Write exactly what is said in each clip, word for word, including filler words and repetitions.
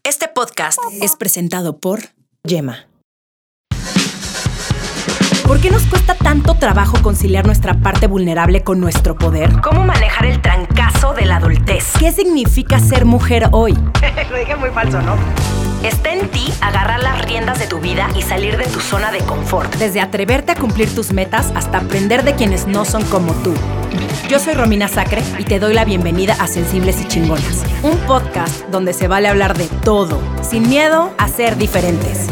Este podcast es presentado por Gemma. ¿Por qué nos cuesta tanto trabajo conciliar nuestra parte vulnerable con nuestro poder? ¿Cómo manejar el trancazo de la adultez? ¿Qué significa ser mujer hoy? Lo dije muy falso, ¿no? Está en ti agarrar las riendas de tu vida y salir de tu zona de confort. Desde atreverte a cumplir tus metas hasta aprender de quienes no son como tú. Yo soy Romina Sacre y te doy la bienvenida a Sensibles y Chingonas, un podcast donde se vale hablar de todo, sin miedo a ser diferentes.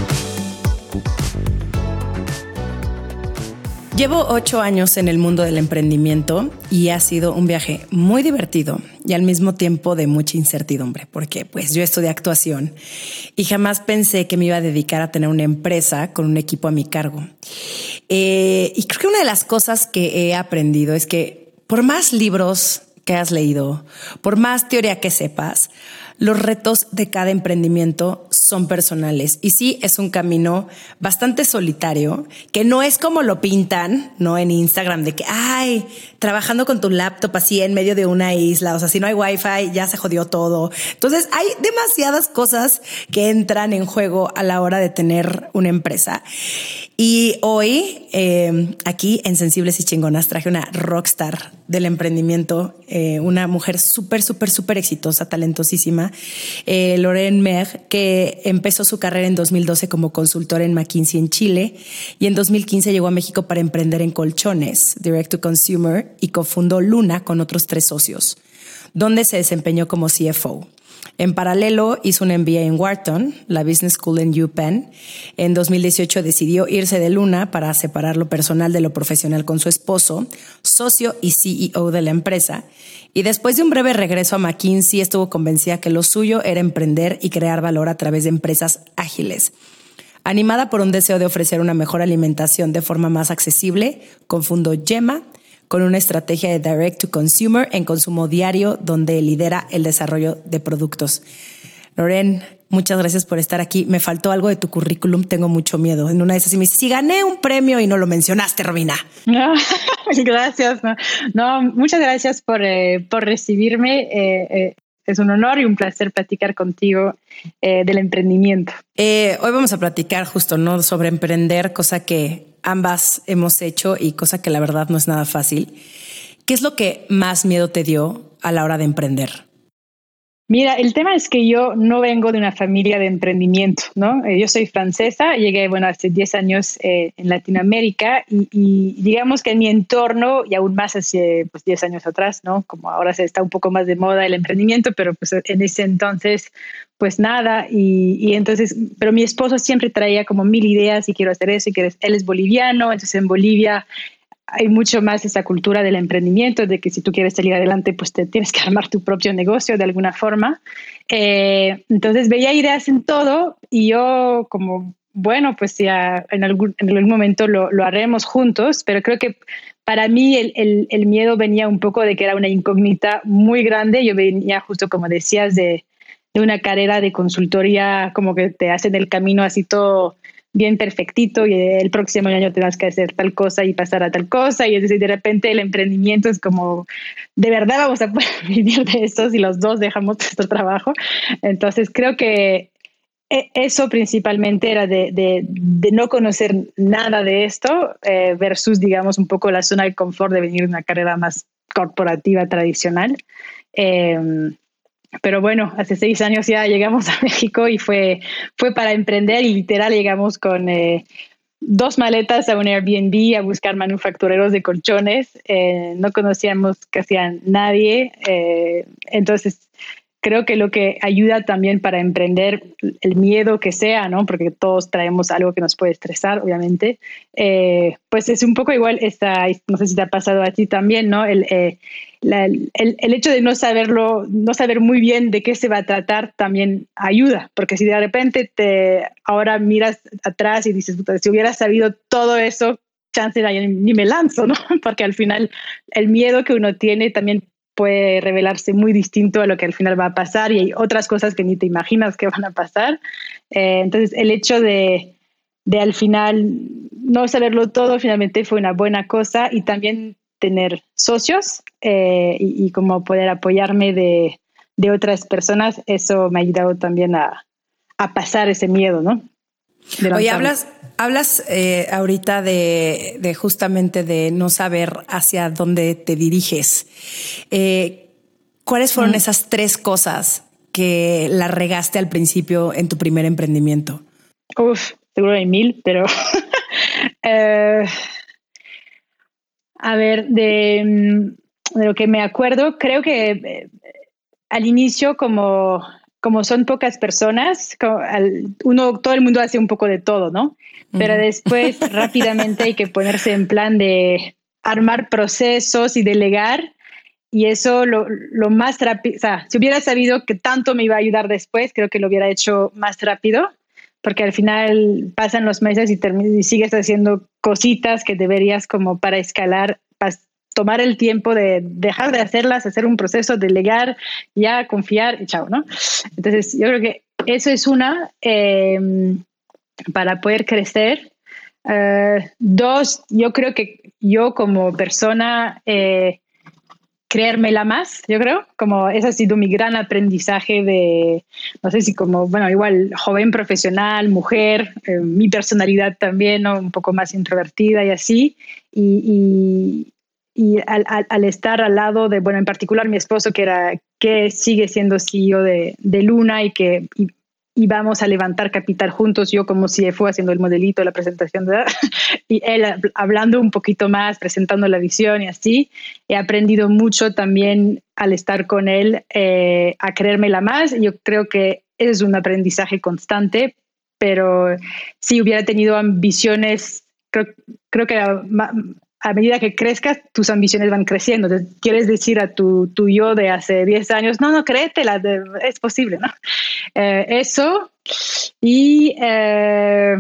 Llevo ocho años en el mundo del emprendimiento y ha sido un viaje muy divertido y al mismo tiempo de mucha incertidumbre, porque pues yo estudié actuación y jamás pensé que me iba a dedicar a tener una empresa con un equipo a mi cargo. Eh, y creo que una de las cosas que he aprendido es que por más libros que has leído, por más teoría que sepas, los retos de cada emprendimiento son personales. Y sí, es un camino bastante solitario, que no es como lo pintan, ¿no? En Instagram, de que, ay, trabajando con tu laptop así en medio de una isla. O sea, si no hay wifi, ya se jodió todo. Entonces, hay demasiadas cosas que entran en juego a la hora de tener una empresa. Y hoy, eh, aquí en Sensibles y Chingonas, traje una rockstar del emprendimiento, eh, una mujer súper, súper, súper exitosa, talentosísima, eh, Lorraine Mer, que empezó su carrera en dos mil doce como consultora en McKinsey en Chile y en dos mil quince llegó a México para emprender en colchones, direct to consumer, y cofundó Luna con otros tres socios, donde se desempeñó como C F O. En paralelo, hizo un M B A en Wharton, la Business School en UPenn. En dos mil dieciocho decidió irse de Luna para separar lo personal de lo profesional con su esposo, socio y C E O de la empresa. Y después de un breve regreso a McKinsey, estuvo convencida que lo suyo era emprender y crear valor a través de empresas ágiles. Animada por un deseo de ofrecer una mejor alimentación de forma más accesible, cofundó Gemma, con una estrategia de direct to consumer en consumo diario, donde lidera el desarrollo de productos. Lorraine, muchas gracias por estar aquí. Me faltó algo de tu currículum, tengo mucho miedo. En una de esas, y me dice, si gané un premio y no lo mencionaste, Romina. No, gracias. No, no, muchas gracias por, eh, por recibirme. Eh, eh, es un honor y un placer platicar contigo eh, del emprendimiento. Eh, hoy vamos a platicar justo, ¿no?, sobre emprender, cosa que ambas hemos hecho y cosa que la verdad no es nada fácil. ¿Qué es lo que más miedo te dio a la hora de emprender? Mira, el tema es que yo no vengo de una familia de emprendimiento, ¿no? Eh, yo soy francesa, llegué, bueno, hace diez años eh, en Latinoamérica y, y digamos que en mi entorno, y aún más hace pues, diez años atrás, ¿no? Como ahora se está un poco más de moda el emprendimiento, pero pues en ese entonces, pues nada. Y, y entonces, pero mi esposo siempre traía como mil ideas y quiero hacer eso y que él es boliviano, entonces en Bolivia hay mucho más esa cultura del emprendimiento, de que si tú quieres salir adelante, pues te tienes que armar tu propio negocio de alguna forma. Eh, entonces veía ideas en todo y yo como, bueno, pues ya en algún, en algún momento lo, lo haremos juntos, pero creo que para mí el, el, el miedo venía un poco de que era una incógnita muy grande. Yo venía justo, como decías, de, de una carrera de consultoría, como que te hacen el camino así todo bien perfectito y el próximo año tendrás que hacer tal cosa y pasar a tal cosa, y de repente el emprendimiento es como, ¿de verdad vamos a poder vivir de eso si los dos dejamos nuestro trabajo? Entonces creo que eso principalmente era de, de, de no conocer nada de esto eh, versus, digamos, un poco la zona de confort de venir de una carrera más corporativa tradicional. Eh, Pero bueno, hace seis años ya llegamos a México y fue, fue para emprender y literal llegamos con eh, dos maletas a un Airbnb a buscar manufactureros de colchones. Eh, no conocíamos casi a nadie. Eh, entonces, creo que lo que ayuda también para emprender, el miedo que sea, ¿no? Porque todos traemos algo que nos puede estresar, obviamente. Eh, pues es un poco igual, esta, no sé si te ha pasado a ti también, ¿no? El, eh, la, el, el hecho de no saberlo, no saber muy bien de qué se va a tratar también ayuda, porque si de repente te ahora miras atrás y dices, si hubiera sabido todo eso, chance ni me lanzo, ¿no? Porque al final el miedo que uno tiene también puede revelarse muy distinto a lo que al final va a pasar y hay otras cosas que ni te imaginas que van a pasar. Eh, entonces, el hecho de, de al final no saberlo todo finalmente fue una buena cosa, y también tener socios eh, y, y como poder apoyarme de, de otras personas, eso me ha ayudado también a, a pasar ese miedo, ¿no? Oye, hablas, hablas eh, ahorita de, de justamente de no saber hacia dónde te diriges. Eh, ¿Cuáles fueron mm. esas tres cosas que la regaste al principio en tu primer emprendimiento? Uf, seguro hay mil, pero uh, a ver, de, de lo que me acuerdo, creo que eh, al inicio como... como son pocas personas, uno, todo el mundo hace un poco de todo, ¿no? Pero uh-huh. después rápidamente hay que ponerse en plan de armar procesos y delegar. Y eso lo, lo más rápido, o sea, si hubiera sabido que tanto me iba a ayudar después, creo que lo hubiera hecho más rápido, porque al final pasan los meses y, term- y sigues haciendo cositas que deberías como para escalar, para tomar el tiempo de dejar de hacerlas, hacer un proceso, delegar, ya confiar y chao, ¿no? Entonces, yo creo que eso es una eh, para poder crecer. Uh, dos, yo creo que yo como persona eh, creérmela más, yo creo, como ese ha sido mi gran aprendizaje de, no sé si como, bueno, igual joven profesional, mujer, eh, mi personalidad también, ¿no? Un poco más introvertida y así, y, y Y al, al, al estar al lado de, bueno, en particular mi esposo, que era que sigue siendo C E O de, de Luna y que y, íbamos a levantar capital juntos, yo como C F O haciendo el modelito, la presentación, ¿verdad? Y él hablando un poquito más, presentando la visión y así. He aprendido mucho también al estar con él eh, a creérmela más. Yo creo que es un aprendizaje constante, pero si hubiera tenido ambiciones, creo, creo que era más, a medida que crezcas, tus ambiciones van creciendo. Entonces, quieres decir a tu, tu yo de hace diez años, no, no, créetela, de, es posible, ¿no? Eh, eso. Y eh,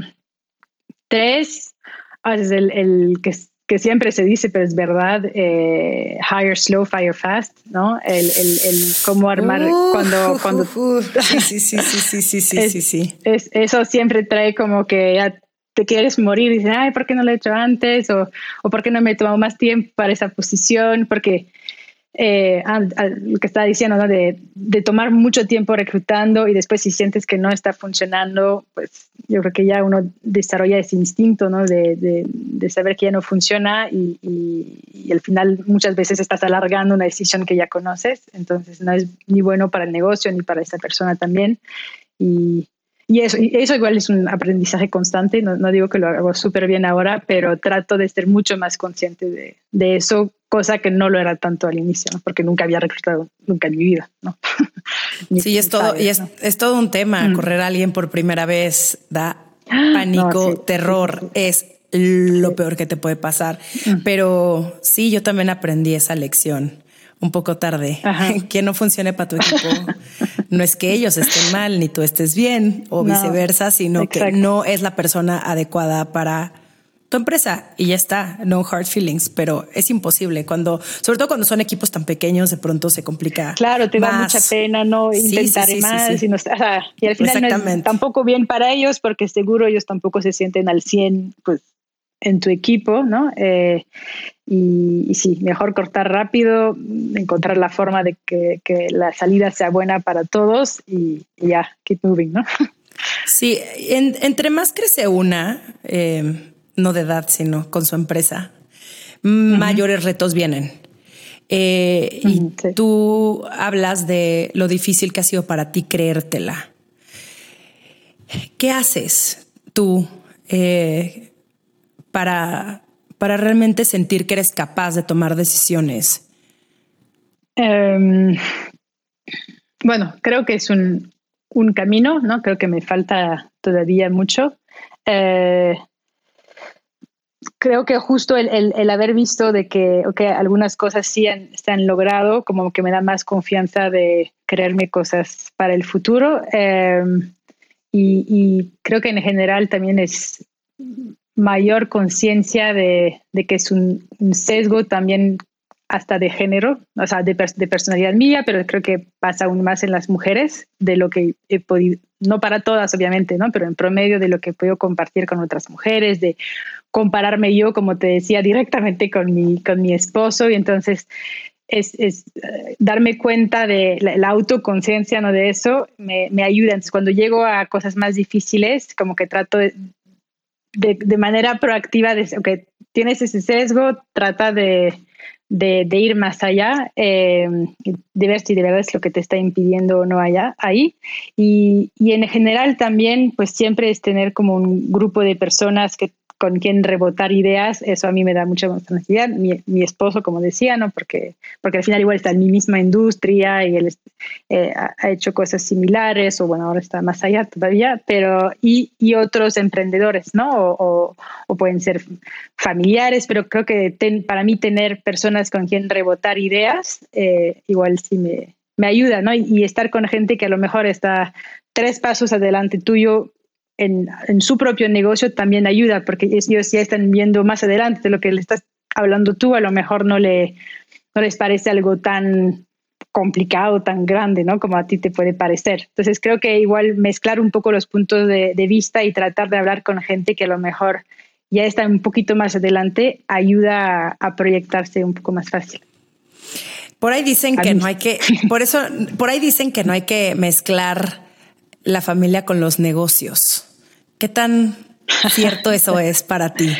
tres, ah, es el, el que, que siempre se dice, pero es verdad, eh, hire slow, fire fast, ¿no? El, el, el cómo armar uh, cuando... cuando uh, uh, sí, sí, sí, sí, sí, sí, es, sí, sí. Es, eso siempre trae como que ya te quieres morir y dices, ay, ¿por qué no lo he hecho antes? O, o ¿por qué no me he tomado más tiempo para esa posición? Porque eh, a, a, lo que estaba diciendo, ¿no? De, de tomar mucho tiempo reclutando y después si sientes que no está funcionando, pues yo creo que ya uno desarrolla ese instinto, ¿no? De, de, de saber que ya no funciona y, y, y al final muchas veces estás alargando una decisión que ya conoces, entonces no es ni bueno para el negocio ni para esa persona también. Y Y eso, y eso igual es un aprendizaje constante. No, no digo que lo hago súper bien ahora, pero trato de ser mucho más consciente de, de eso, cosa que no lo era tanto al inicio, ¿no? Porque nunca había reclutado, nunca en mi vida, ¿no? Sí, es todo, sabes, y es, ¿no? es todo un tema. Mm. Correr a alguien por primera vez da pánico, no, sí, terror, sí, sí. Es lo peor que te puede pasar. Mm. Pero sí, yo también aprendí esa lección un poco tarde. Ajá. Que no funcione para tu equipo. No es que ellos estén mal ni tú estés bien o no, viceversa, sino exacto. que no es la persona adecuada para tu empresa y ya está. No hard feelings, pero es imposible cuando, sobre todo cuando son equipos tan pequeños, de pronto se complica. Claro, te más. da mucha pena no sí, intentar sí, sí, más sí, sí. Y, no, o sea, y al final no es tampoco bien para ellos porque seguro ellos tampoco se sienten al cien, pues, en tu equipo, ¿no? Eh, y, y sí, mejor cortar rápido, encontrar la forma de que, que la salida sea buena para todos y, y ya, keep moving, ¿no? Sí, en, entre más crece una, eh, no de edad, sino con su empresa, uh-huh. mayores retos vienen. Eh, uh-huh, y sí. Tú hablas de lo difícil que ha sido para ti creértela. ¿Qué haces tú eh, para, para realmente sentir que eres capaz de tomar decisiones? Um, bueno, creo que es un, un camino, ¿no? Creo que me falta todavía mucho. Eh, creo que justo el, el, el haber visto de que okay, algunas cosas sí han, se han logrado, como que me da más confianza de creerme cosas para el futuro. Eh, y, y creo que en general también es mayor conciencia de, de que es un, un sesgo también hasta de género, o sea, de, de personalidad mía, pero creo que pasa aún más en las mujeres, de lo que he podido, no para todas obviamente, ¿no? Pero en promedio de lo que puedo compartir con otras mujeres, de compararme yo, como te decía, directamente con mi, con mi esposo, y entonces es, es uh, darme cuenta de la, la autoconciencia, ¿no? De eso me, me ayuda. Entonces, cuando llego a cosas más difíciles, como que trato de, de, de manera proactiva de, ok, tienes ese sesgo, trata de, de, de ir más allá, eh, de ver si de verdad es lo que te está impidiendo o no allá, ahí. Y, y en general también, pues siempre es tener como un grupo de personas que con quien rebotar ideas. Eso a mí me da mucha tranquilidad. Mi, mi esposo, como decía, ¿no? Porque, porque al final igual está en mi misma industria y él eh, ha hecho cosas similares, o bueno, ahora está más allá todavía, pero y, y otros emprendedores, ¿no? O, o, o pueden ser familiares, pero creo que ten, para mí tener personas con quien rebotar ideas, eh, igual sí me, me ayuda, ¿no? Y, y estar con gente que a lo mejor está tres pasos adelante tuyo En, en su propio negocio también ayuda, porque ellos ya están viendo más adelante de lo que le estás hablando tú, a lo mejor no, le, no les parece algo tan complicado, tan grande, ¿no? Como a ti te puede parecer. Entonces creo que igual mezclar un poco los puntos de, de vista y tratar de hablar con gente que a lo mejor ya está un poquito más adelante ayuda a, a proyectarse un poco más fácil. Por ahí dicen a que mí. no hay que, por eso, por ahí dicen que no hay que mezclar la familia con los negocios. ¿Qué tan cierto eso es para ti?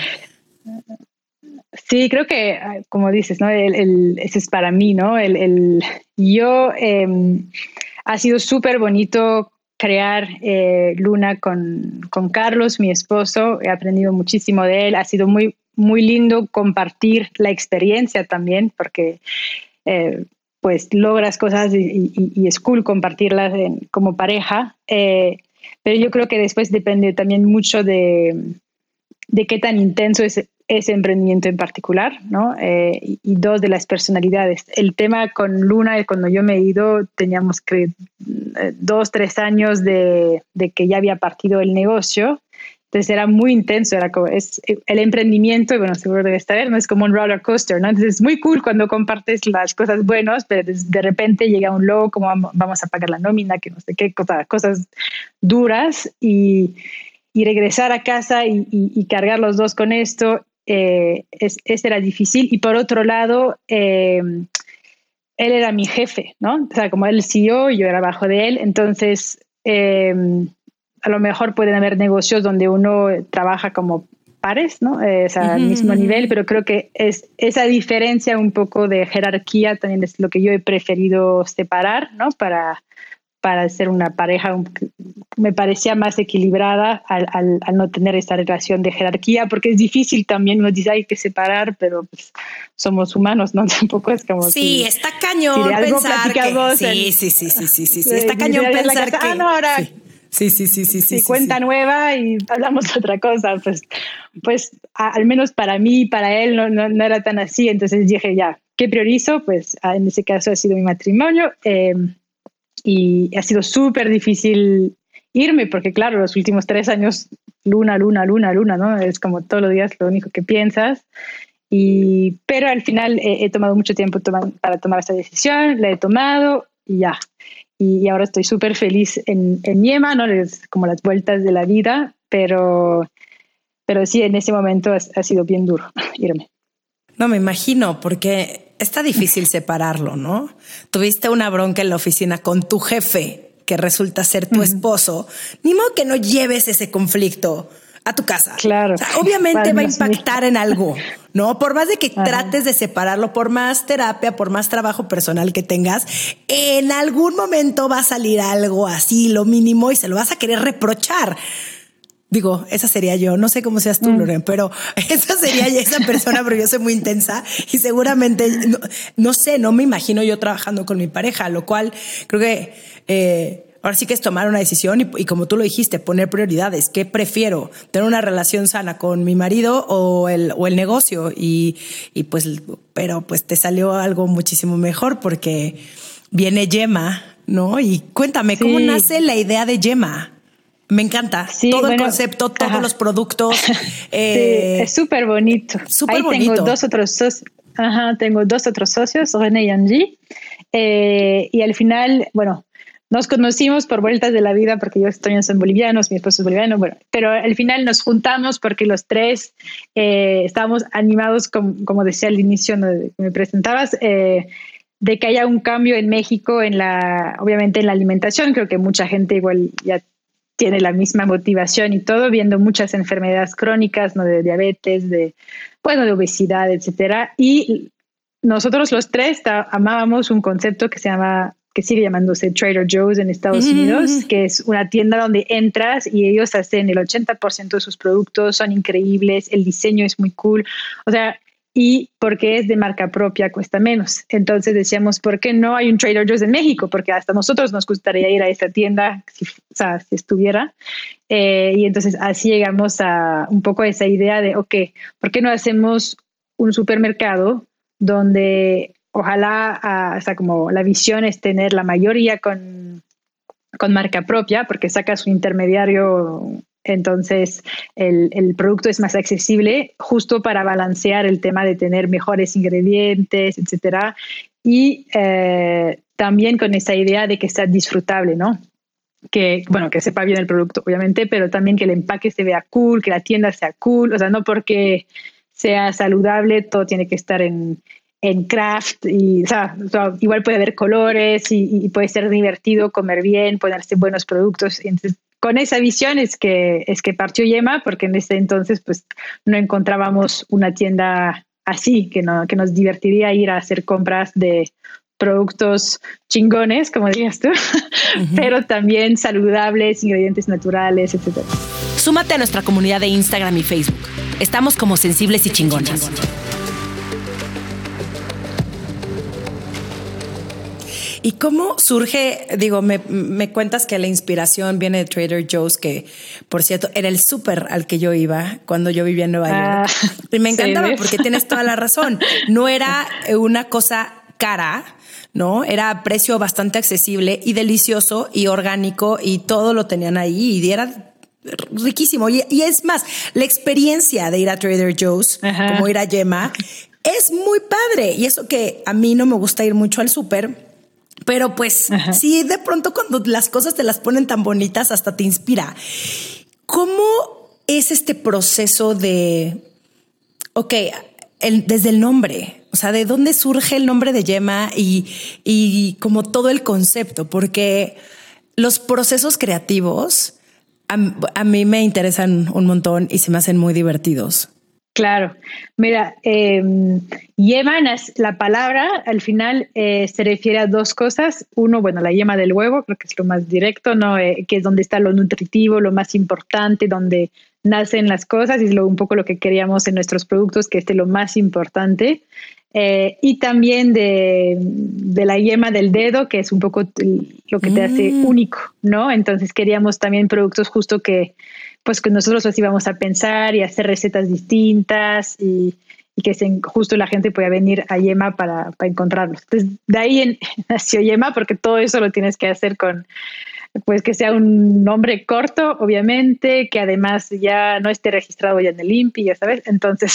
Sí, creo que, como dices, ¿no? El, el, ese es para mí, ¿no? El, el, yo, eh, ha sido súper bonito crear eh, Luna con, con Carlos, mi esposo. He aprendido muchísimo de él. Ha sido muy, muy lindo compartir la experiencia también, porque eh, pues logras cosas y, y, y es cool compartirlas en, como pareja. Eh, Pero yo creo que después depende también mucho de, de qué tan intenso es ese emprendimiento en particular, ¿no? Eh, y, y dos, de las personalidades. El tema con Luna, cuando yo me he ido, teníamos que, eh, dos, tres años de, de que ya había partido el negocio. Entonces era muy intenso, era como, es el emprendimiento, y bueno, seguro debes saber, no es como un roller coaster, ¿no? Entonces es muy cool cuando compartes las cosas buenas, pero de repente llega un logo, como vamos a pagar la nómina, que no sé qué, cosas, cosas duras, y, y regresar a casa y, y, y cargar los dos con esto, eh, es, es era difícil. Y por otro lado, eh, él era mi jefe, ¿no? O sea, como él C E O, yo era abajo de él, entonces Eh, a lo mejor pueden haber negocios donde uno trabaja como pares, ¿no? Eh, o sea, uh-huh, al mismo uh-huh. nivel, pero creo que es esa diferencia un poco de jerarquía también es lo que yo he preferido separar, ¿no? Para, para ser una pareja, me parecía más equilibrada al, al, al no tener esta relación de jerarquía, porque es difícil también, uno dice hay que separar, pero pues, somos humanos, ¿no? Tampoco es como sí, si, está cañón si de algo pensar que sí, en, sí, sí, sí, sí, sí, sí, está cañón pensar casa, que ah, no, ahora sí. Sí, sí, sí, sí, sí. sí, cuenta sí. nueva y hablamos de otra cosa. Pues, pues a, al menos para mí, para él, no, no, no era tan así. Entonces dije, ya, ¿qué priorizo? Pues en ese caso ha sido mi matrimonio eh, y ha sido súper difícil irme porque, claro, los últimos tres años, luna, luna, luna, luna, ¿no? Es como todos los días lo único que piensas. Y, pero al final he, he tomado mucho tiempo toma, para tomar esta decisión, la he tomado y ya. Y ahora estoy súper feliz en, en Yema, ¿no? Es como las vueltas de la vida, pero, pero sí, en ese momento ha, ha sido bien duro irme. No, me imagino, porque está difícil separarlo, ¿no? Tuviste una bronca en la oficina con tu jefe, que resulta ser tu uh-huh. esposo. Ni modo que no lleves ese conflicto a tu casa. Claro. O sea, obviamente va a impactar en algo, ¿no? Por más de que Ajá. trates de separarlo, por más terapia, por más trabajo personal que tengas, en algún momento va a salir algo así, lo mínimo, y se lo vas a querer reprochar. Digo, esa sería yo. No sé cómo seas tú, mm. Lorena, pero esa sería esa persona, pero yo soy muy intensa y seguramente, no, no sé, no me imagino yo trabajando con mi pareja, lo cual creo que... Eh, ahora sí que es tomar una decisión y, y como tú lo dijiste, poner prioridades. ¿Qué prefiero? ¿Tener una relación sana con mi marido o el, o el negocio? Y, y pues, pero pues te salió algo muchísimo mejor porque viene Yema, ¿no? Y cuéntame, ¿cómo sí. nace la idea de Yema? Me encanta. Sí, todo bueno, el concepto, todos ajá. los productos. eh, sí, es súper bonito. Súper Ahí bonito. Tengo dos otros socios. Ajá, tengo dos otros socios, René y Angie. Eh, y al final, bueno, nos conocimos por vueltas de la vida porque yo estoy son bolivianos, mi esposo es boliviano, bueno, pero al final nos juntamos porque los tres eh, estábamos animados, como, como decía al inicio, ¿no? Que me presentabas, eh, de que haya un cambio en México en la, obviamente en la alimentación. Creo que mucha gente igual ya tiene la misma motivación y todo, viendo muchas enfermedades crónicas, ¿no? De diabetes, de, bueno, de obesidad, etcétera. Y nosotros los tres ta- amábamos un concepto que se llama, que sigue llamándose Trader Joe's en Estados mm. Unidos, que es una tienda donde entras y ellos hacen el ochenta por ciento de sus productos, son increíbles, el diseño es muy cool. O sea, y porque es de marca propia cuesta menos. Entonces decíamos, ¿por qué no hay un Trader Joe's en México? Porque hasta nosotros nos gustaría ir a esta tienda, si, o sea, si estuviera. Eh, y entonces así llegamos a un poco a esa idea de, ok, ¿por qué no hacemos un supermercado donde ojalá, uh, o sea, como la visión es tener la mayoría con, con marca propia, porque sacas un intermediario. Entonces el, el producto es más accesible justo para balancear el tema de tener mejores ingredientes, etcétera. Y eh, también con esa idea de que sea disfrutable, ¿no? Que, bueno, que sepa bien el producto, obviamente, pero también que el empaque se vea cool, que la tienda sea cool. O sea, no porque sea saludable, todo tiene que estar en, en craft. Y, o sea, o sea, igual puede haber colores y, y puede ser divertido comer bien, ponerse buenos productos. Entonces, con esa visión es que, es que partió Yema, porque en ese entonces pues no encontrábamos una tienda así, que, no, que nos divertiría ir a hacer compras de productos chingones, como dirías tú, uh-huh. pero también saludables, ingredientes naturales, etcétera. Súmate a nuestra comunidad de Instagram y Facebook. Estamos como Sensibles y Chingonas. ¿Y cómo surge? Digo, me, me cuentas que la inspiración viene de Trader Joe's, que, por cierto, era el súper al que yo iba cuando yo vivía en Nueva ah, York. Y me encantaba sí, porque tienes toda la razón. No era una cosa cara, ¿no? Era precio bastante accesible y delicioso y orgánico y todo lo tenían ahí y era riquísimo. Y, y es más, la experiencia de ir a Trader Joe's, ajá. como ir a Yema, es muy padre. Y eso que a mí no me gusta ir mucho al súper, pero pues ajá. sí, de pronto cuando las cosas te las ponen tan bonitas hasta te inspira. ¿Cómo es este proceso de, ok, el, desde el nombre? O sea, ¿de dónde surge el nombre de Yema y, y como todo el concepto? Porque los procesos creativos a, a mí me interesan un montón y se me hacen muy divertidos. Claro, mira, eh, yema, la palabra al final eh, se refiere a dos cosas. Uno, bueno, la yema del huevo, creo que es lo más directo, ¿no? Eh, que es donde está lo nutritivo, lo más importante, donde nacen las cosas y es lo, un poco lo que queríamos en nuestros productos, que esté lo más importante. Eh, y también de, de la yema del dedo, que es un poco lo que te mm. hace único, ¿no? Entonces queríamos también productos justo que pues que nosotros los íbamos a pensar y hacer recetas distintas y, y que se, justo la gente pueda venir a Yema para, para encontrarlos. Entonces, de ahí en, nació Yema, porque todo eso lo tienes que hacer con, pues que sea un nombre corto, obviamente, que además ya no esté registrado ya en el I N P I, ya sabes. Entonces,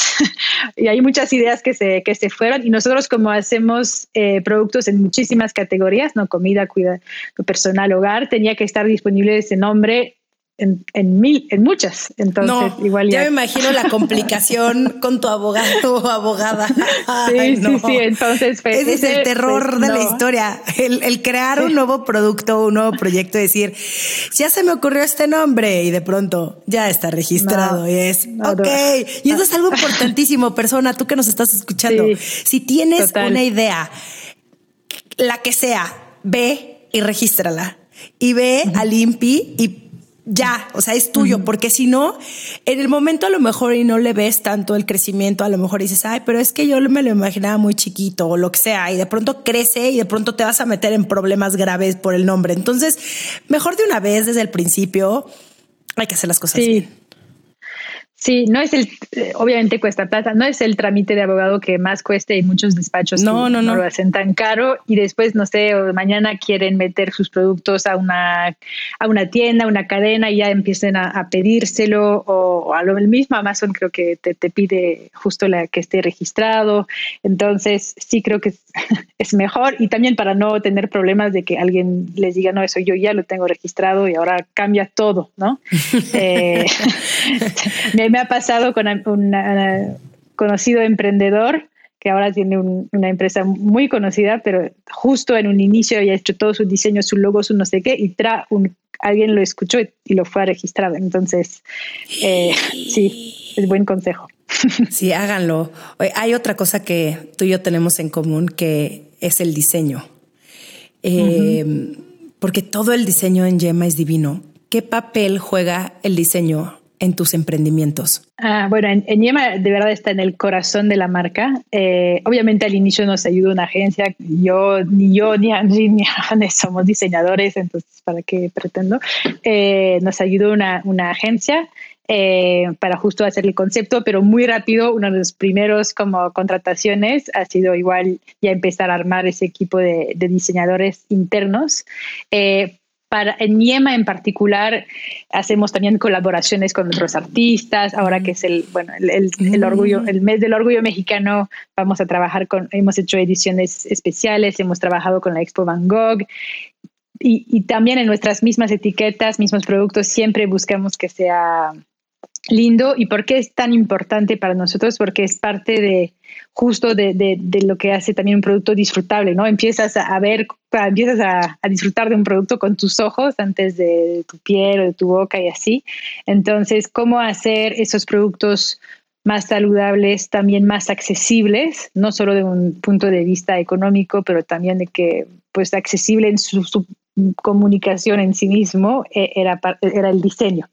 y hay muchas ideas que se, que se fueron y nosotros como hacemos eh, productos en muchísimas categorías, ¿no? Comida, cuidado personal, hogar, tenía que estar disponible ese nombre En, en mil, en muchas. Entonces, no, igual ya. ya me imagino la complicación con tu abogado o abogada. Ay, sí, no. sí, sí. Entonces, ese, ese es el terror pues, de no. la historia. El, el crear sí. un nuevo producto, un nuevo proyecto, decir, ya se me ocurrió este nombre y de pronto ya está registrado no, y es no, ok. No. Y eso es algo importantísimo, persona, tú que nos estás escuchando. Sí, si tienes total. una idea, la que sea, ve y regístrala y ve uh-huh. al I N P I y ya, o sea, es tuyo, uh-huh. porque si no, en el momento a lo mejor y no le ves tanto el crecimiento, a lo mejor dices, ay, pero es que yo me lo imaginaba muy chiquito o lo que sea, y de pronto crece y de pronto te vas a meter en problemas graves por el nombre. Entonces, mejor de una vez desde el principio hay que hacer las cosas sí. bien. Sí, no es el, obviamente cuesta plata, no es el trámite de abogado que más cueste y muchos despachos no, no, no. no lo hacen tan caro y después, no sé, o mañana quieren meter sus productos a una, a una tienda, una cadena y ya empiecen a, a pedírselo o, o a lo mismo Amazon creo que te, te pide justo la que esté registrado. Entonces sí creo que es, es mejor y también para no tener problemas de que alguien les diga, no, eso yo ya lo tengo registrado y ahora cambia todo, ¿no? eh, me, me ha pasado con un uh, conocido emprendedor que ahora tiene un, una empresa muy conocida, pero justo en un inicio había hecho todo su diseño, su logo, su no sé qué, y tra un, alguien lo escuchó y, y lo fue a registrar. Entonces, eh, sí, es buen consejo. Sí, háganlo. Hay otra cosa que tú y yo tenemos en común, que es el diseño. Eh, uh-huh. Porque todo el diseño en Yema es divino. ¿Qué papel juega el diseño en tus emprendimientos? Ah, bueno, en, en Yema de verdad está en el corazón de la marca. Eh, obviamente al inicio nos ayuda una agencia. Yo, ni yo, ni Angie, ni Anne somos diseñadores, entonces ¿para qué pretendo? Eh, nos ayudó una, una agencia eh, para justo hacer el concepto, pero muy rápido, uno de los primeros como contrataciones ha sido igual ya empezar a armar ese equipo de, de diseñadores internos. Eh, Para, en Yema en particular hacemos también colaboraciones con otros artistas. Ahora que es el bueno el, el, el orgullo el mes del orgullo mexicano, vamos a trabajar con hemos hecho ediciones especiales, hemos trabajado con la Expo Van Gogh y, y también en nuestras mismas etiquetas, mismos productos siempre buscamos que sea lindo. ¿Y por qué es tan importante para nosotros? Porque es parte de justo de, de, de lo que hace también un producto disfrutable, ¿no? Empiezas a, a ver, empiezas a, a disfrutar de un producto con tus ojos antes de tu piel o de tu boca y así. Entonces, ¿cómo hacer esos productos más saludables, también más accesibles, no solo de un punto de vista económico, pero también de que, pues, accesible en su, su comunicación en sí mismo, eh, era, era el diseño.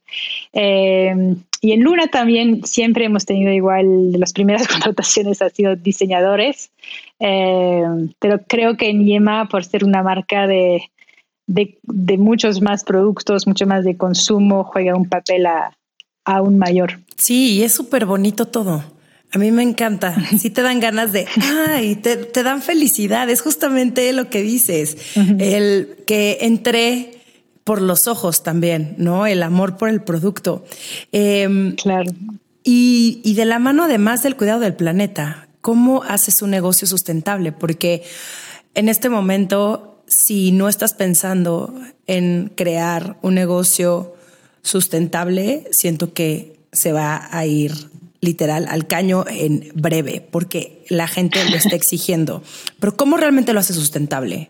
Eh, y en Luna también siempre hemos tenido igual, de las primeras contrataciones ha sido diseñadores, eh, pero creo que en Yema, por ser una marca de, de, de muchos más productos, mucho más de consumo, juega un papel a, aún mayor. Sí, y es súper bonito todo. A mí me encanta. Sí te dan ganas de, ay, te, te dan felicidad. Es justamente lo que dices. Uh-huh. El que entré por los ojos también, ¿no? El amor por el producto. Eh, claro. Y, y de la mano, además del cuidado del planeta, ¿cómo haces un negocio sustentable? Porque en este momento, si no estás pensando en crear un negocio sustentable, siento que se va a ir literal al caño en breve, porque la gente lo está exigiendo. Pero ¿cómo realmente lo hace sustentable?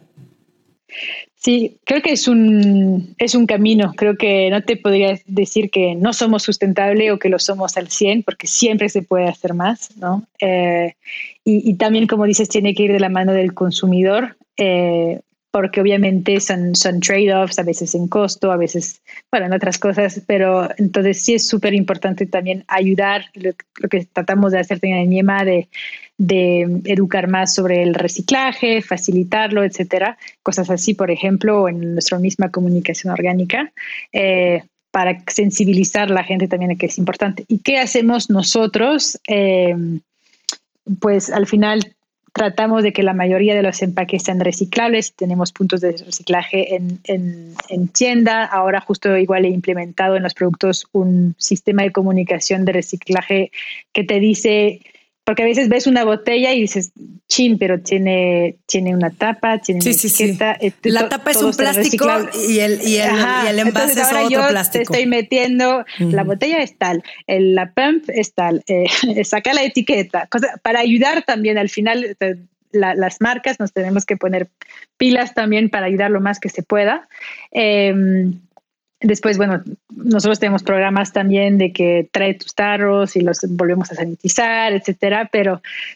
Sí, creo que es un, es un camino. Creo que no te podría decir que no somos sustentables o que lo somos al cien, porque siempre se puede hacer más, ¿no? Eh, y, y también, como dices, tiene que ir de la mano del consumidor, eh, porque obviamente son, son trade-offs, a veces en costo, a veces, bueno, en otras cosas, pero entonces sí es súper importante también ayudar, lo, lo que tratamos de hacer en Yema, de, de educar más sobre el reciclaje, facilitarlo, etcétera, cosas así, por ejemplo, en nuestra misma comunicación orgánica, eh, para sensibilizar a la gente también de que es importante. ¿Y qué hacemos nosotros? Eh, pues al final tratamos de que la mayoría de los empaques sean reciclables. Tenemos puntos de reciclaje en, en, en tienda. Ahora justo igual he implementado en los productos un sistema de comunicación de reciclaje que te dice, porque a veces ves una botella y dices, chin, pero tiene, tiene una tapa, tiene sí, una sí, etiqueta. Sí. La to- tapa es un plástico y el, y, el, Ajá. y el envase Entonces, es otro yo plástico. Te estoy metiendo, uh-huh. la botella es tal, el, la pump es tal, eh, saca la etiqueta, cosa, para ayudar también al final. La, las marcas nos tenemos que poner pilas también para ayudar lo más que se pueda. Eh, después, bueno, nosotros tenemos programas también de que trae tus tarros y los volvemos a sanitizar, etcétera, pero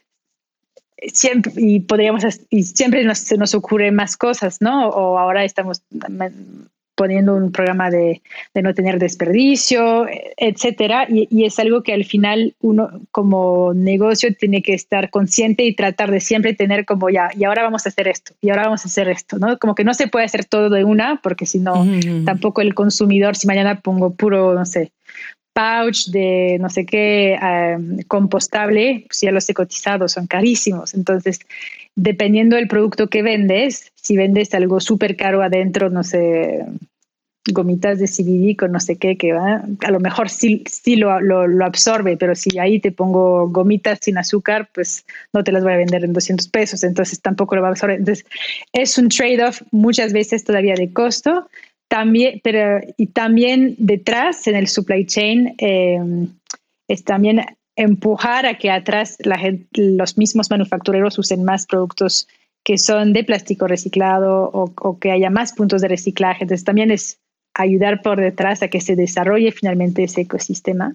siempre, y podríamos, y siempre nos, se nos ocurren más cosas, ¿no? O ahora estamos poniendo un programa de, de no tener desperdicio, etcétera, y, y es algo que al final uno como negocio tiene que estar consciente y tratar de siempre tener como ya, y ahora vamos a hacer esto, y ahora vamos a hacer esto, ¿no? Como que no se puede hacer todo de una, porque si no, uh-huh. tampoco el consumidor, si mañana pongo puro, no sé, pouch de no sé qué, um, compostable, pues ya los he cotizado, son carísimos. Entonces, dependiendo del producto que vendes, si vendes algo súper caro adentro, no sé, gomitas de C B D con no sé qué, que va, a lo mejor sí, sí lo, lo, lo absorbe, pero si ahí te pongo gomitas sin azúcar, pues no te las voy a vender en doscientos pesos, entonces tampoco lo va a absorber. Entonces, es un trade-off muchas veces todavía de costo. También, pero y también detrás en el supply chain eh, es también empujar a que atrás la gente, los mismos manufactureros usen más productos que son de plástico reciclado o, o que haya más puntos de reciclaje. Entonces también es ayudar por detrás a que se desarrolle finalmente ese ecosistema.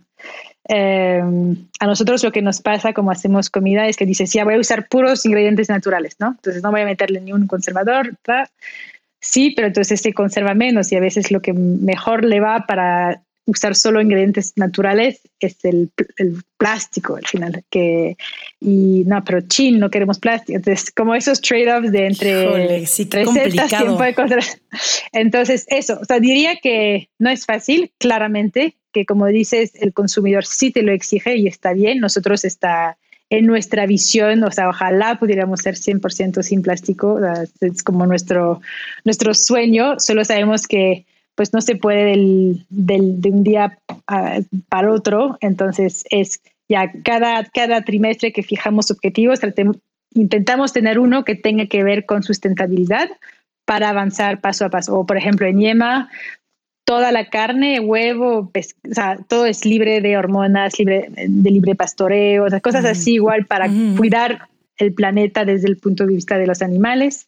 Eh, a nosotros lo que nos pasa como hacemos comida es que dices, sí, voy a usar puros ingredientes naturales, ¿no? Entonces no voy a meterle ni un conservador, ¿verdad? Sí, pero entonces se conserva menos y a veces lo que mejor le va para usar solo ingredientes naturales es el, el plástico al final. Que, y no, pero chin, no queremos plástico. Entonces, como esos trade-offs de entre Híjole, sí, qué recetas, tiempo de cosas. Entonces, eso, o sea, diría que no es fácil, claramente, que como dices, el consumidor sí te lo exige y está bien. Nosotros está en nuestra visión, o sea, ojalá pudiéramos ser cien por ciento sin plástico. Es como nuestro, nuestro sueño. Solo sabemos que pues no se puede del, del, de un día uh, para otro. Entonces es ya cada, cada trimestre que fijamos objetivos, tratemos, intentamos tener uno que tenga que ver con sustentabilidad para avanzar paso a paso. O por ejemplo en Yema, toda la carne, huevo, pes- o sea, todo es libre de hormonas, libre de libre pastoreo, o sea, cosas así igual para mm. cuidar el planeta desde el punto de vista de los animales.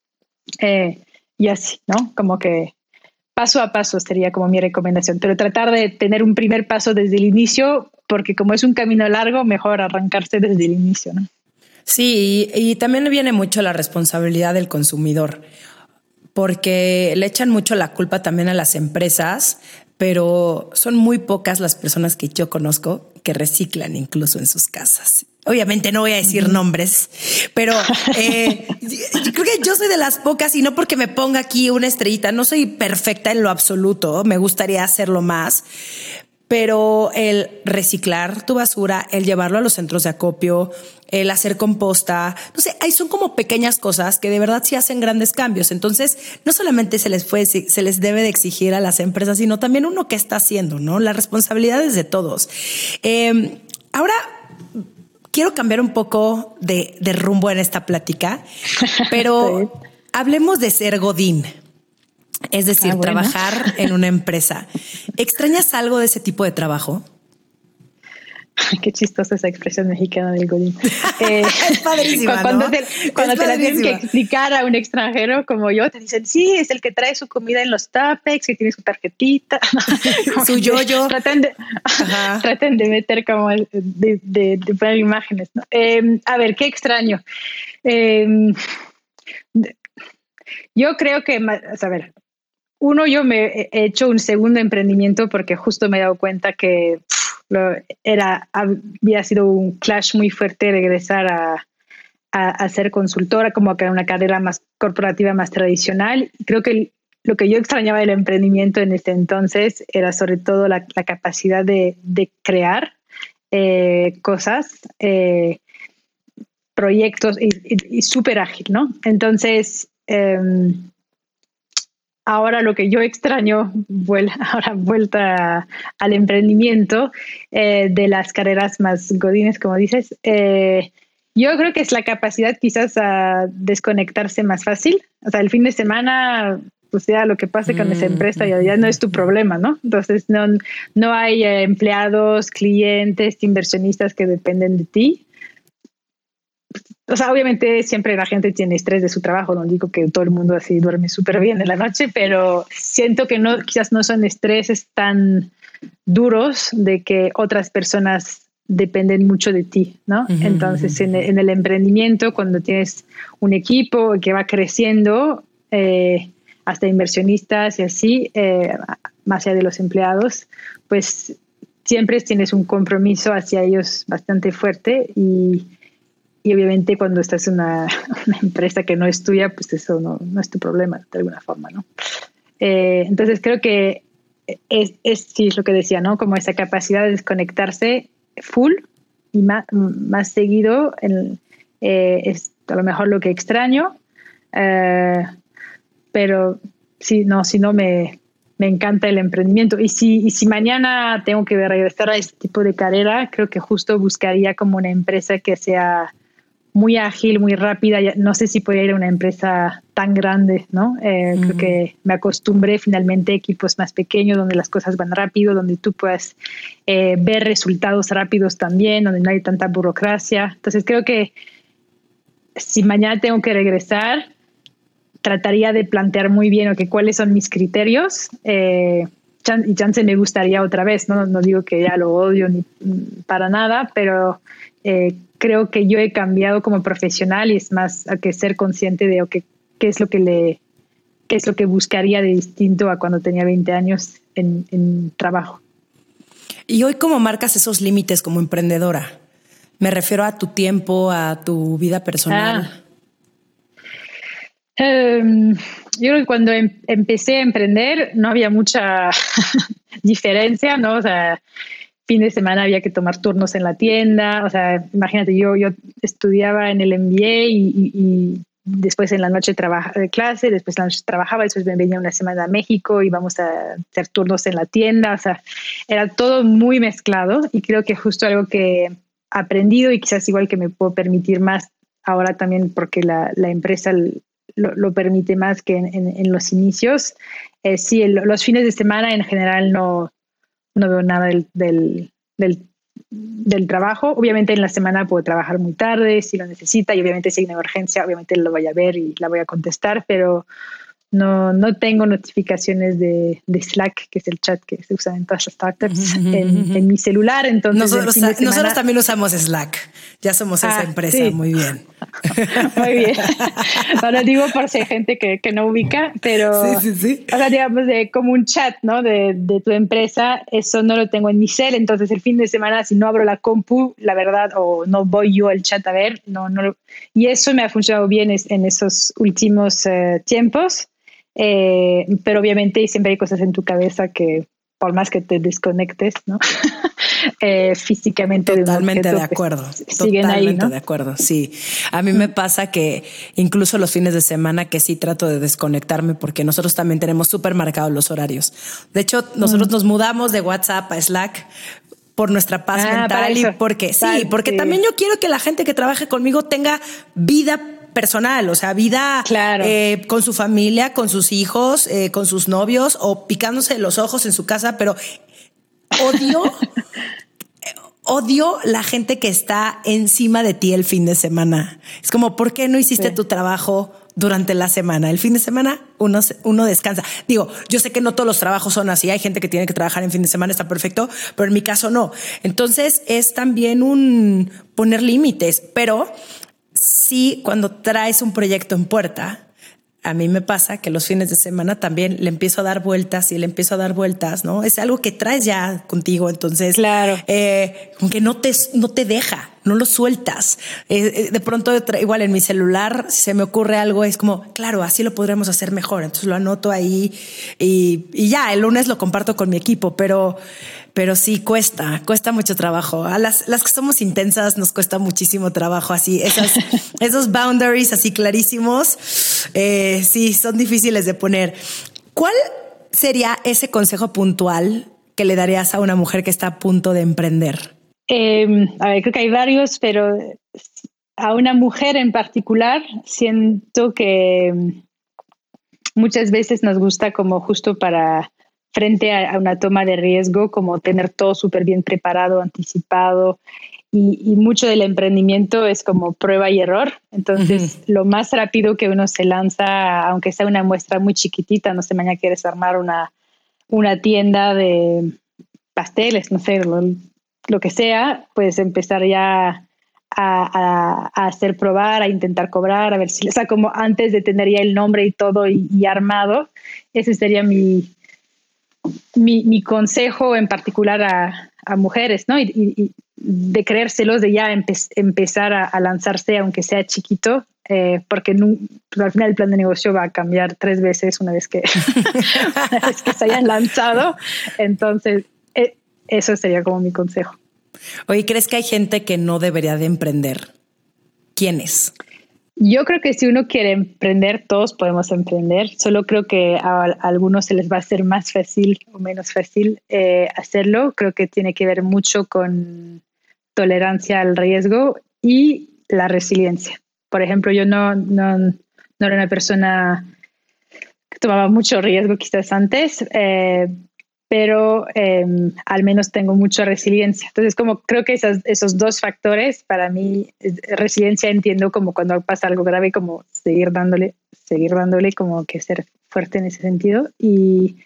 Eh, y así, ¿no? Como que paso a paso sería como mi recomendación, pero tratar de tener un primer paso desde el inicio, porque como es un camino largo, mejor arrancarse desde el inicio, ¿no? Sí, y, y también viene mucho la responsabilidad del consumidor, porque le echan mucho la culpa también a las empresas, pero son muy pocas las personas que yo conozco que reciclan incluso en sus casas. Obviamente no voy a decir nombres, pero eh, yo creo que yo soy de las pocas y no porque me ponga aquí una estrellita, no soy perfecta en lo absoluto, me gustaría hacerlo más, pero el reciclar tu basura, el llevarlo a los centros de acopio, el hacer composta, no sé, ahí son como pequeñas cosas que de verdad sí hacen grandes cambios. Entonces, no solamente se les fue, se les debe de exigir a las empresas, sino también uno que está haciendo, ¿no? La responsabilidad es de todos. Eh, ahora, quiero cambiar un poco de, de rumbo en esta plática, pero sí. Hablemos de ser godín. Es decir, ah, bueno. trabajar en una empresa. ¿Extrañas algo de ese tipo de trabajo? Qué chistosa esa expresión mexicana del godín. Eh, es padrísima, cuando ¿no? te, cuando es te la tienen que explicar a un extranjero como yo, te dicen, sí, es el que trae su comida en los Tupex, que tiene su tarjetita. su yo-yo. Traten de, traten de meter como el, de, de, de poner imágenes, ¿no? Eh, a ver, ¿qué extraño? Eh, yo creo que, a ver, uno, yo me he hecho un segundo emprendimiento porque justo me he dado cuenta que pff, lo, era, había sido un clash muy fuerte regresar a, a, a ser consultora, como que era una carrera más corporativa, más tradicional. Creo que lo que yo extrañaba del emprendimiento en ese entonces era sobre todo la, la capacidad de, de crear eh, cosas, eh, proyectos y, y, y súper ágil, ¿no? Entonces, eh, ahora lo que yo extraño, ahora vuelta al emprendimiento eh, de las carreras más godines, como dices, eh, yo creo que es la capacidad quizás a desconectarse más fácil. O sea, el fin de semana, pues ya lo que pase con mm, esa empresa ya, ya no es tu problema, ¿no? Entonces no, no hay eh, empleados, clientes, inversionistas que dependen de ti. O sea, obviamente siempre la gente tiene estrés de su trabajo, no digo que todo el mundo así duerme súper bien en la noche, pero siento que no, quizás no son estreses tan duros de que otras personas dependen mucho de ti, ¿no? Uh-huh. Entonces, en el, en el emprendimiento, cuando tienes un equipo que va creciendo, eh, hasta inversionistas y así, eh, más allá de los empleados, pues siempre tienes un compromiso hacia ellos bastante fuerte y Y obviamente cuando estás en una, una empresa que no es tuya, pues eso no, no es tu problema de alguna forma, ¿no? Eh, entonces creo que es, es, sí, es lo que decía, ¿no? Como esa capacidad de desconectarse full y más, más seguido en, eh, es a lo mejor lo que extraño. Eh, pero sí, no, si no me, me encanta el emprendimiento. Y si, y si mañana tengo que regresar a este tipo de carrera, creo que justo buscaría como una empresa que sea muy ágil, muy rápida. No sé si podría ir a una empresa tan grande, ¿no? Eh, mm. Creo que me acostumbré finalmente a equipos más pequeños, donde las cosas van rápido, donde tú puedas eh, ver resultados rápidos también, donde no hay tanta burocracia. Entonces creo que si mañana tengo que regresar, trataría de plantear muy bien okay, cuáles son mis criterios. Eh, y chance me gustaría otra vez, ¿no? No digo que ya lo odio ni para nada, pero eh, creo que yo he cambiado como profesional y es más a que ser consciente de okay, qué es lo que le, qué es lo que buscaría de distinto a cuando tenía veinte años en, en trabajo. ¿Y hoy cómo marcas esos límites como emprendedora? Me refiero a tu tiempo, a tu vida personal. Ah. Um, yo creo que cuando em, empecé a emprender no había mucha diferencia, ¿no? O sea, fin de semana había que tomar turnos en la tienda. O sea, imagínate, yo, yo estudiaba en el M B A y, y, y después en la noche trabajaba de clase, después en la noche trabajaba, después me venía una semana a México y íbamos a hacer turnos en la tienda. O sea, era todo muy mezclado y creo que justo algo que he aprendido y quizás igual que me puedo permitir más ahora también porque la, la empresa Lo, lo permite más que en, en, en los inicios. Eh, sí, el, los fines de semana en general no, no veo nada del, del, del, del trabajo. Obviamente en la semana puedo trabajar muy tarde si lo necesita y obviamente si hay una emergencia, obviamente lo voy a ver y la voy a contestar, pero no, no tengo notificaciones de, de Slack, que es el chat que se usa en todas las startups, uh-huh, en, uh-huh. en mi celular. Entonces, nosotros, semana... nosotros también usamos Slack. Ya somos ah, esa empresa. Sí. Muy bien. Muy bien. Ahora digo por si hay gente que, que no ubica, pero sí, sí, sí. O sea, digamos, de como un chat, ¿no? De, de tu empresa, eso no lo tengo en mi cel. Entonces, el fin de semana, si no abro la compu, la verdad, o no voy yo al chat a ver, no, no lo... Y eso me ha funcionado bien en esos últimos uh, tiempos. Eh, pero obviamente siempre hay cosas en tu cabeza que por más que te desconectes, ¿no? eh, físicamente totalmente de, de acuerdo pues, siguen totalmente ahí, ¿no? de acuerdo, sí. A mí mm. me pasa que incluso los fines de semana que sí trato de desconectarme porque nosotros también tenemos súper marcados los horarios. De hecho, nosotros mm. nos mudamos de WhatsApp a Slack por nuestra paz ah, mental y porque sí, sí porque sí. también yo quiero que la gente que trabaje conmigo tenga vida personal, o sea, vida claro. eh, con su familia, con sus hijos, eh, con sus novios o picándose los ojos en su casa, pero odio, odio la gente que está encima de ti el fin de semana. Es como, ¿por qué no hiciste sí. tu trabajo durante la semana? El fin de semana uno, uno descansa. Digo, yo sé que no todos los trabajos son así. Hay gente que tiene que trabajar en fin de semana, está perfecto, pero en mi caso no. Entonces es también un poner límites, pero sí, cuando traes un proyecto en puerta, a mí me pasa que los fines de semana también le empiezo a dar vueltas y le empiezo a dar vueltas, ¿no? Es algo que traes ya contigo, entonces, claro. eh, aunque no te, no te deja, no lo sueltas. Eh, de pronto, igual en mi celular, si se me ocurre algo, es como, claro, así lo podríamos hacer mejor. Entonces lo anoto ahí y, y ya, el lunes lo comparto con mi equipo, pero... Pero sí cuesta, cuesta mucho trabajo. A las, las que somos intensas nos cuesta muchísimo trabajo. Así, esas, esos boundaries así clarísimos, eh, sí, son difíciles de poner. ¿Cuál sería ese consejo puntual que le darías a una mujer que está a punto de emprender? Eh, a ver, creo que hay varios, pero a una mujer en particular siento que muchas veces nos gusta como justo para... frente a una toma de riesgo, como tener todo súper bien preparado, anticipado, y, y mucho del emprendimiento es como prueba y error. Entonces, uh-huh. lo más rápido que uno se lanza, aunque sea una muestra muy chiquitita, no sé, mañana quieres armar una, una tienda de pasteles, no sé, lo, lo que sea, puedes empezar ya a, a, a hacer probar, a intentar cobrar, a ver si, o sea, como antes de tener ya el nombre y todo y, y armado, ese sería mi... Mi, mi consejo en particular a, a mujeres, ¿no? Y, y de creérselos, de ya empe empezar a, a lanzarse, aunque sea chiquito, eh, porque no, pues al final el plan de negocio va a cambiar tres veces una vez que, una vez que se hayan lanzado. Entonces, eh, eso sería como mi consejo. Oye, ¿crees que hay gente que no debería de emprender? ¿Quiénes? Yo creo que si uno quiere emprender, todos podemos emprender. Solo creo que a, a algunos se les va a hacer más fácil o menos fácil eh, hacerlo. Creo que tiene que ver mucho con tolerancia al riesgo y la resiliencia. Por ejemplo, yo no, no, no era una persona que tomaba mucho riesgo quizás antes, eh, pero eh, al menos tengo mucha resiliencia. Entonces, como creo que esas, esos dos factores, para mí, resiliencia entiendo como cuando pasa algo grave, como seguir dándole, seguir dándole, como que ser fuerte en ese sentido. Y,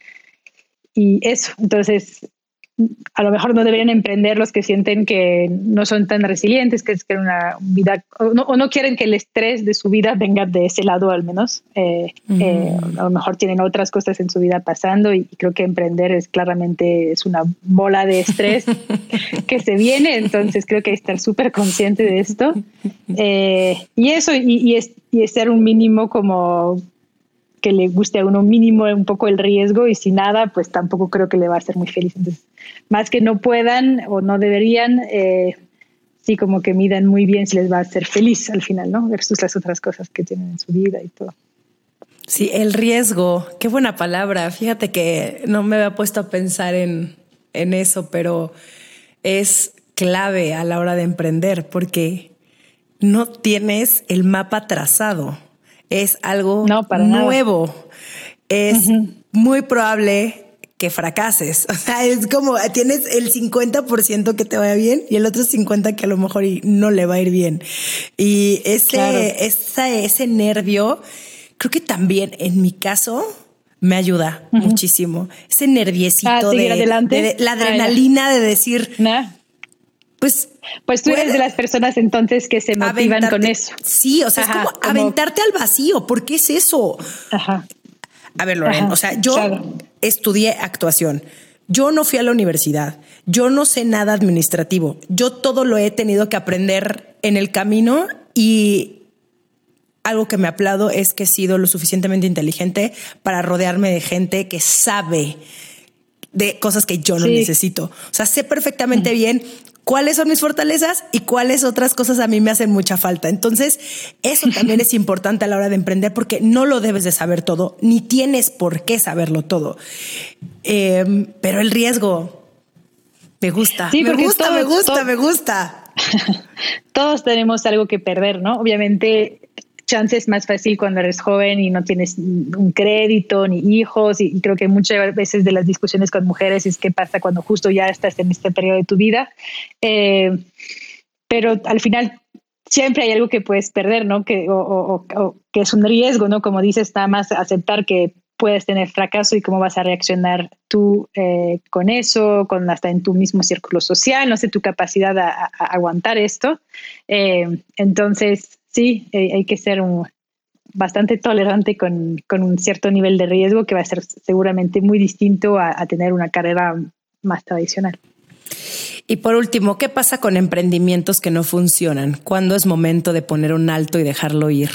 y eso, entonces, a lo mejor no deberían emprender los que sienten que no son tan resilientes, que es que una vida, o no, o no quieren que el estrés de su vida venga de ese lado al menos. Eh, mm. eh, a lo mejor tienen otras cosas en su vida pasando y creo que emprender es claramente es una bola de estrés que se viene, entonces creo que hay que estar súper consciente de esto. Eh, y eso, y, y, es, y es ser un mínimo como que le guste a uno mínimo un poco el riesgo y si nada, pues tampoco creo que le va a hacer muy feliz. Entonces, más que no puedan o no deberían, eh, sí como que midan muy bien si les va a hacer feliz al final, ¿no? Versus las otras cosas que tienen en su vida y todo. Sí, el riesgo, qué buena palabra. Fíjate que no me había puesto a pensar en, en eso, pero es clave a la hora de emprender porque no tienes el mapa trazado. Es algo no, nuevo. Nada. Es uh-huh. muy probable que fracases. O sea, es como tienes el cincuenta por ciento que te vaya bien y el otro cincuenta por ciento que a lo mejor no le va a ir bien. Y ese, claro. esa, ese nervio, creo que también en mi caso me ayuda uh-huh. muchísimo. Ese nerviecito ah, de, de, de la adrenalina ah, de decir... Nah. Pues, pues tú eres de las personas entonces que se motivan con eso. Sí, o sea, Ajá, es como, como aventarte al vacío. ¿Por qué es eso? Ajá. A ver, Loren, Ajá, o sea, yo claro. estudié actuación. Yo no fui a la universidad. Yo no sé nada administrativo. Yo todo lo he tenido que aprender en el camino y algo que me aplaudo es que he sido lo suficientemente inteligente para rodearme de gente que sabe de cosas que yo no sí. necesito. O sea, sé perfectamente uh-huh. bien cuáles son mis fortalezas y cuáles otras cosas a mí me hacen mucha falta. Entonces, eso también es importante a la hora de emprender porque no lo debes de saber todo, ni tienes por qué saberlo todo. Eh, pero el riesgo me gusta, sí, me gusta, todos, me gusta, todos, me gusta. Todos tenemos algo que perder, ¿no? Obviamente, chance es más fácil cuando eres joven y no tienes un crédito ni hijos y creo que muchas veces de las discusiones con mujeres es qué pasa cuando justo ya estás en este periodo de tu vida, eh, pero al final siempre hay algo que puedes perder, ¿no? Que, o, o, o que es un riesgo, ¿no? Como dices, nada más aceptar que puedes tener fracaso y cómo vas a reaccionar tú eh, con eso, con hasta en tu mismo círculo social, no sé, tu capacidad a, a, a aguantar esto. Eh, entonces, sí, eh, hay que ser un, bastante tolerante con, con un cierto nivel de riesgo que va a ser seguramente muy distinto a, a tener una carrera más tradicional. Y por último, ¿qué pasa con emprendimientos que no funcionan? ¿Cuándo es momento de poner un alto y dejarlo ir?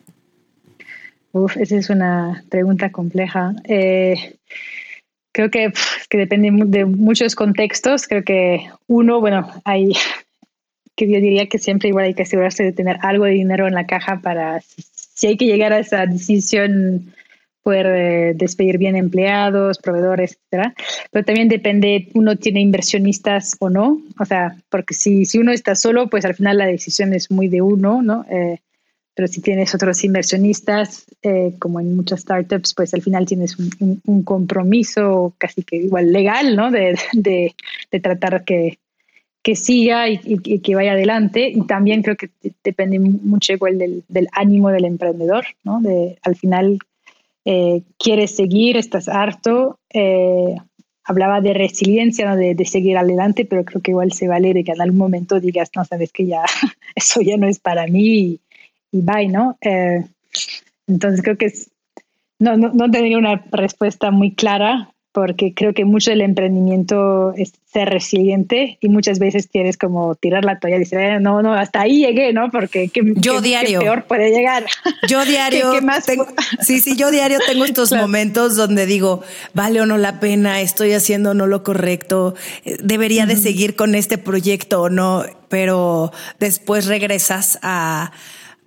Uf, esa es una pregunta compleja. Eh, creo que, pff, que depende de muchos contextos. Creo que uno, bueno, hay... que yo diría que siempre igual hay que asegurarse de tener algo de dinero en la caja para, si, si hay que llegar a esa decisión, poder eh, despedir bien empleados, proveedores, etcétera. Pero también depende, uno tiene inversionistas o no, o sea, porque si, si uno está solo, pues al final la decisión es muy de uno, ¿no? Eh, pero si tienes otros inversionistas, eh, como en muchas startups, pues al final tienes un, un, un compromiso casi que igual legal, ¿no? De, de, de tratar que que siga y, y, y que vaya adelante. Y también creo que depende mucho igual del, del ánimo del emprendedor, ¿no? De, al final, eh, quieres seguir, estás harto. Eh, hablaba de resiliencia, ¿no? de, de seguir adelante, pero creo que igual se vale de que en algún momento digas, no, sabes que ya eso ya no es para mí y, y bye, ¿no? Eh, entonces creo que es, no, no, no tendría una respuesta muy clara, porque creo que mucho del emprendimiento es ser resiliente y muchas veces quieres como tirar la toalla y decir, eh, no, no, hasta ahí llegué, ¿no? Porque qué, yo qué, diario. qué peor puede llegar. Yo diario. ¿Qué, qué más? Tengo, sí, sí, yo diario tengo estos claro. momentos donde digo, vale o no la pena, estoy haciendo no lo correcto, debería uh-huh. de seguir con este proyecto o no, pero después regresas a...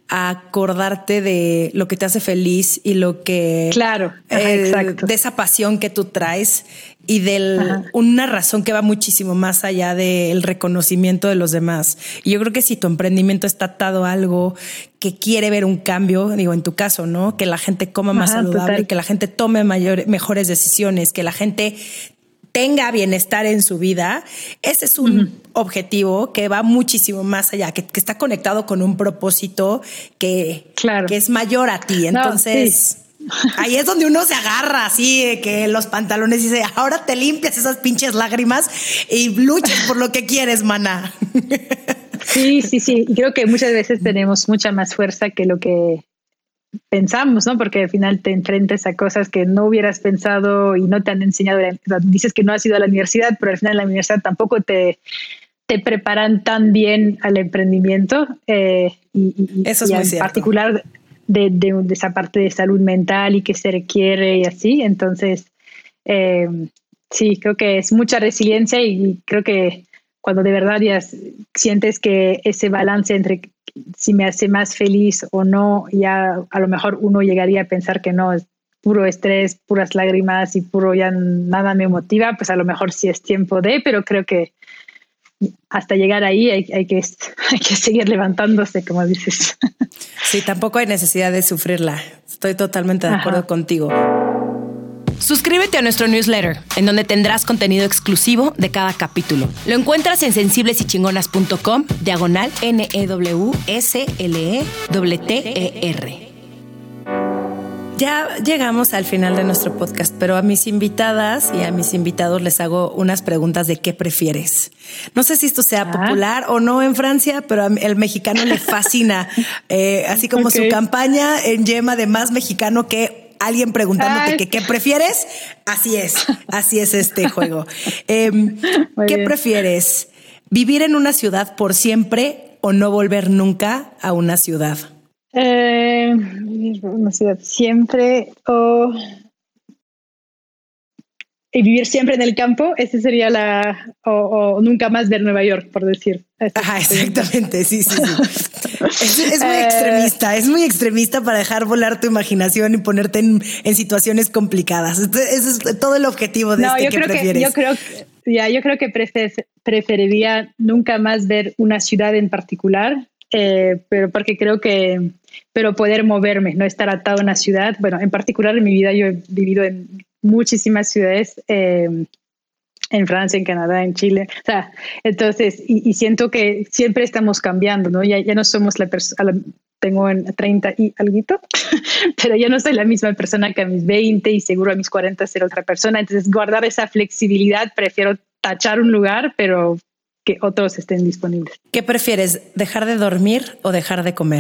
a acordarte de lo que te hace feliz y lo que... Claro, ajá, eh, exacto. De esa pasión que tú traes y de una razón que va muchísimo más allá del reconocimiento de los demás. Y yo creo que si tu emprendimiento está atado a algo que quiere ver un cambio, digo, en tu caso, ¿no? Que la gente coma más Ajá, saludable, total. que la gente tome mayor, mejores decisiones, que la gente tenga bienestar en su vida. Ese es un uh-huh. objetivo que va muchísimo más allá, que, que está conectado con un propósito que, claro. que es mayor a ti. Entonces, no, sí. ahí es donde uno se agarra así, que los pantalones dice, ahora te limpias esas pinches lágrimas y luchas por lo que quieres, maná. Sí, sí, sí. Y creo que muchas veces tenemos mucha más fuerza que lo que pensamos, ¿no? Porque al final te enfrentas a cosas que no hubieras pensado y no te han enseñado. Dices que no has ido a la universidad, pero al final en la universidad tampoco te, te preparan tan bien al emprendimiento. Eh, y, y, Eso es y muy en cierto. particular de, de, de esa parte de salud mental y que se requiere y así. Entonces, eh, sí, creo que es mucha resiliencia y creo que cuando de verdad ya sientes que ese balance entre si me hace más feliz o no, ya a lo mejor uno llegaría a pensar que no, es puro estrés, puras lágrimas y puro ya nada me motiva, pues a lo mejor sí es tiempo de, pero creo que hasta llegar ahí hay, hay, que, hay que seguir levantándose, como dices. Sí, tampoco hay necesidad de sufrirla. Estoy totalmente de acuerdo Ajá. contigo. Suscríbete a nuestro newsletter, en donde tendrás contenido exclusivo de cada capítulo. Lo encuentras en sensiblesychingonas.com, diagonal N E W S L E T T E R. Ya llegamos al final de nuestro podcast, pero a mis invitadas y a mis invitados les hago unas preguntas de qué prefieres. No sé si esto sea ah. popular o no en Francia, pero al mexicano le fascina. Eh, así como okay. su campaña en Yema de más mexicano que alguien preguntándote Ay. que qué prefieres, así es, así es este juego. Eh, ¿Qué bien. prefieres? ¿Vivir en una ciudad por siempre o no volver nunca a una ciudad? Eh, vivir en una ciudad siempre o y vivir siempre en el campo, ese sería la o, o nunca más ver Nueva York, por decir. Ajá, exactamente, sí, sí, sí. Es, es muy eh, extremista, es muy extremista para dejar volar tu imaginación y ponerte en, en situaciones complicadas. Ese es todo el objetivo de no, este yo que creo prefieres. Que, yo creo que, ya, yo creo que prefer, preferiría nunca más ver una ciudad en particular, eh, pero porque creo que, pero poder moverme, no estar atado a una ciudad. Bueno, en particular en mi vida yo he vivido en muchísimas ciudades. Eh, en Francia, en Canadá, en Chile. O sea, entonces, y, y siento que siempre estamos cambiando, ¿no? Ya, ya no somos la persona, tengo en treinta y alguito, pero ya no soy la misma persona que a mis veinte y seguro a mis cuarenta ser otra persona. Entonces, guardar esa flexibilidad, prefiero tachar un lugar, pero que otros estén disponibles. ¿Qué prefieres, dejar de dormir o dejar de comer?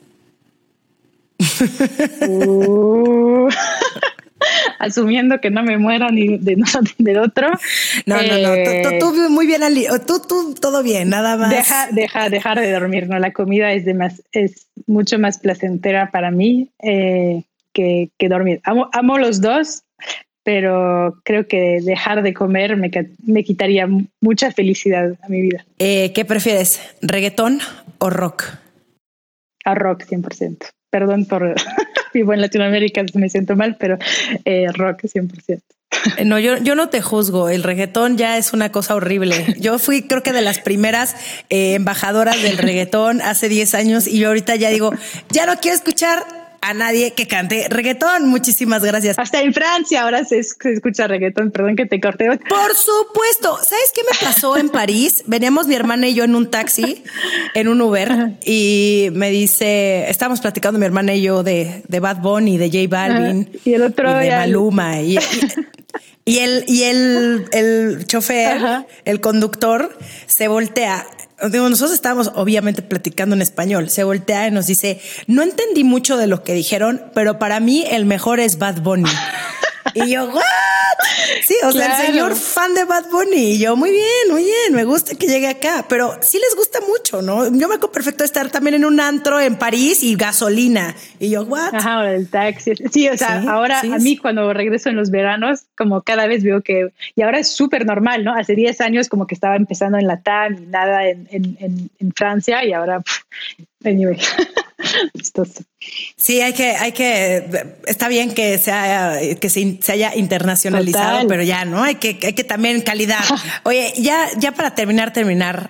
Uh. Asumiendo que no me muera ni de uno ni del otro. No, eh, no, no. Tú, tú, tú muy bien, Ali. Tú, tú, todo bien, nada más. Deja, deja, dejar de dormir. No, la comida es de más, es mucho más placentera para mí eh, que, que dormir. Amo, amo los dos, pero creo que dejar de comer me, me quitaría mucha felicidad a mi vida. Eh, ¿Qué prefieres, reggaetón o rock? A rock, cien por ciento. Perdón por... vivo en Latinoamérica, me siento mal, pero eh, rock cien por ciento. No, yo, yo no te juzgo. El reggaetón ya es una cosa horrible. Yo fui, creo que de las primeras eh, embajadoras del reggaetón hace diez años y yo ahorita ya digo, ya no quiero escuchar a nadie que cante reggaetón. Muchísimas gracias. Hasta en Francia ahora se, se escucha reggaetón. Perdón que te corté. Por supuesto. ¿Sabes qué me pasó en París? Veníamos mi hermana y yo en un taxi, en un Uber, Ajá. y me dice, estábamos platicando mi hermana y yo de, de Bad Bunny, de J Balvin, Ajá. y el otro y de Maluma. Y, y, y el, y el, el chofer, Ajá. el conductor, se voltea. Digo, nosotros estábamos obviamente platicando en español. Se voltea y nos dice, no entendí mucho de lo que dijeron, pero para mí el mejor es Bad Bunny. Y yo, ¿what? Sí, o claro. sea, el señor fan de Bad Bunny. Y yo, muy bien, muy bien, me gusta que llegue acá. Pero sí les gusta mucho, ¿no? Yo me acuerdo perfecto de estar también en un antro en París y gasolina. Y yo, ¿what? Ajá, ahora el taxi. Sí, o sea, sí, ahora sí, a mí sí. cuando regreso en los veranos, como cada vez veo que... Y ahora es súper normal, ¿no? Hace diez años como que estaba empezando en Latam y nada en, en, en, en Francia y ahora... Pff, anyway. Chistoso. Sí, hay que, hay que, está bien que sea, que se, se haya internacionalizado, Total. Pero ya, ¿no? Hay que, hay que también calidad. Oye, ya, ya para terminar, terminar,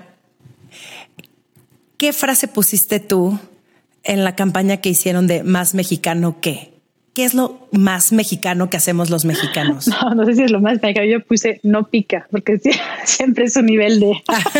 ¿qué frase pusiste tú en la campaña que hicieron de Más Mexicano que? ¿Qué es lo más mexicano que hacemos los mexicanos? No, no sé si es lo más mexicano. Yo puse no pica, porque siempre es un nivel de,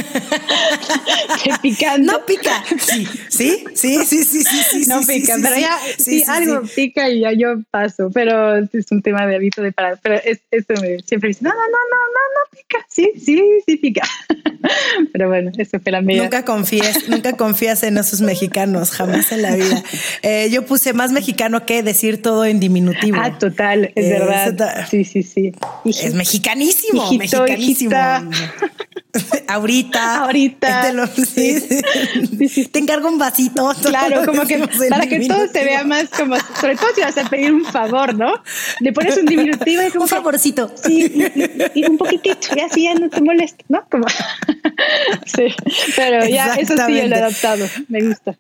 de picante. No pica. Sí, sí, sí, sí, sí, sí. No sí, pica, sí, pero sí, ya sí, sí, sí, algo sí. pica y ya yo paso. Pero es un tema de hábito de parar. Pero es, esto me siempre dice, no, no, no, no, no, no pica. Sí, sí, sí pica. Pero bueno, eso fue la mía. Nunca confíes, nunca confías en esos mexicanos, jamás en la vida. Eh, yo puse más mexicano que decir todo en diminutivo. Ah, total, es eh, verdad. Ta- sí, sí, sí. Hijito, es mexicanísimo, hijito, mexicanísimo. Hijita. Ahorita. Ahorita. Lo, sí, sí. Sí, sí. Te encargo un vasito. Claro, como que para que todo se vea más como, sobre todo si vas a pedir un favor, ¿no? Le pones un diminutivo y como un que, favorcito. Sí, y, y un poquitito, y así ya no te molesta, ¿no? Como, sí, pero ya eso sí yo lo he adaptado, me gusta.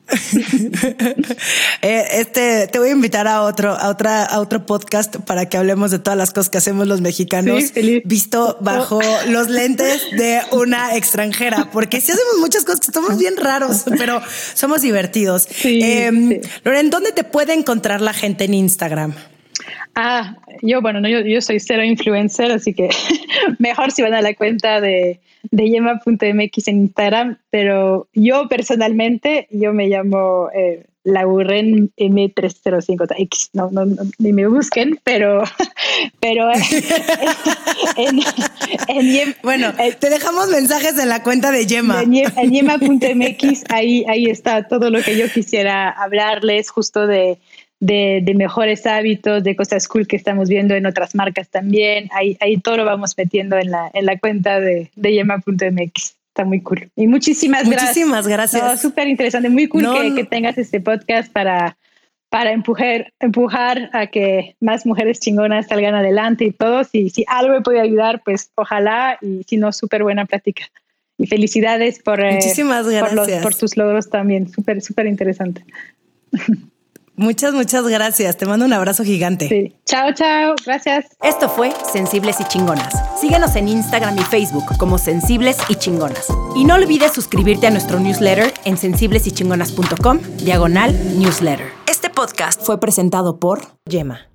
eh, este, te voy a invitar a otro, a otra, a otro podcast para que hablemos de todas las cosas que hacemos los mexicanos, sí, visto bajo oh. los lentes de una extranjera, porque sí hacemos muchas cosas que somos bien raros, pero somos divertidos. Sí, eh, sí. Loren, ¿dónde te puede encontrar la gente en Instagram? Ah, yo, bueno, no, yo, yo soy cero influencer, así que mejor si van a la cuenta de, de yema punto m x en Instagram, pero yo personalmente, yo me llamo eh, Lauren M tres cero cinco X, no, no, no, ni me busquen, pero, pero en, en, en Yema, bueno, eh, te dejamos mensajes en la cuenta de Yema. En, en yema punto m x, ahí, ahí está todo lo que yo quisiera hablarles, justo de De, de mejores hábitos, de cosas cool que estamos viendo en otras marcas también. Ahí, ahí todo lo vamos metiendo en la, en la cuenta de, de yema punto m x. Está muy cool. Y muchísimas, muchísimas gracias. gracias. No, súper interesante. Muy cool no, que, no. que tengas este podcast para, para empujar, empujar a que más mujeres chingonas salgan adelante y todo. Si, si algo me puede ayudar, pues ojalá. Y si no, súper buena plática. Y felicidades por, muchísimas eh, gracias. por, los, por tus logros también. Súper, súper interesante. Muchas, muchas gracias. Te mando un abrazo gigante. Sí. Chao, chao. Gracias. Esto fue Sensibles y Chingonas. Síguenos en Instagram y Facebook como Sensibles y Chingonas. Y no olvides suscribirte a nuestro newsletter en sensibles y chingonas punto com, diagonal newsletter. Este podcast fue presentado por Yema.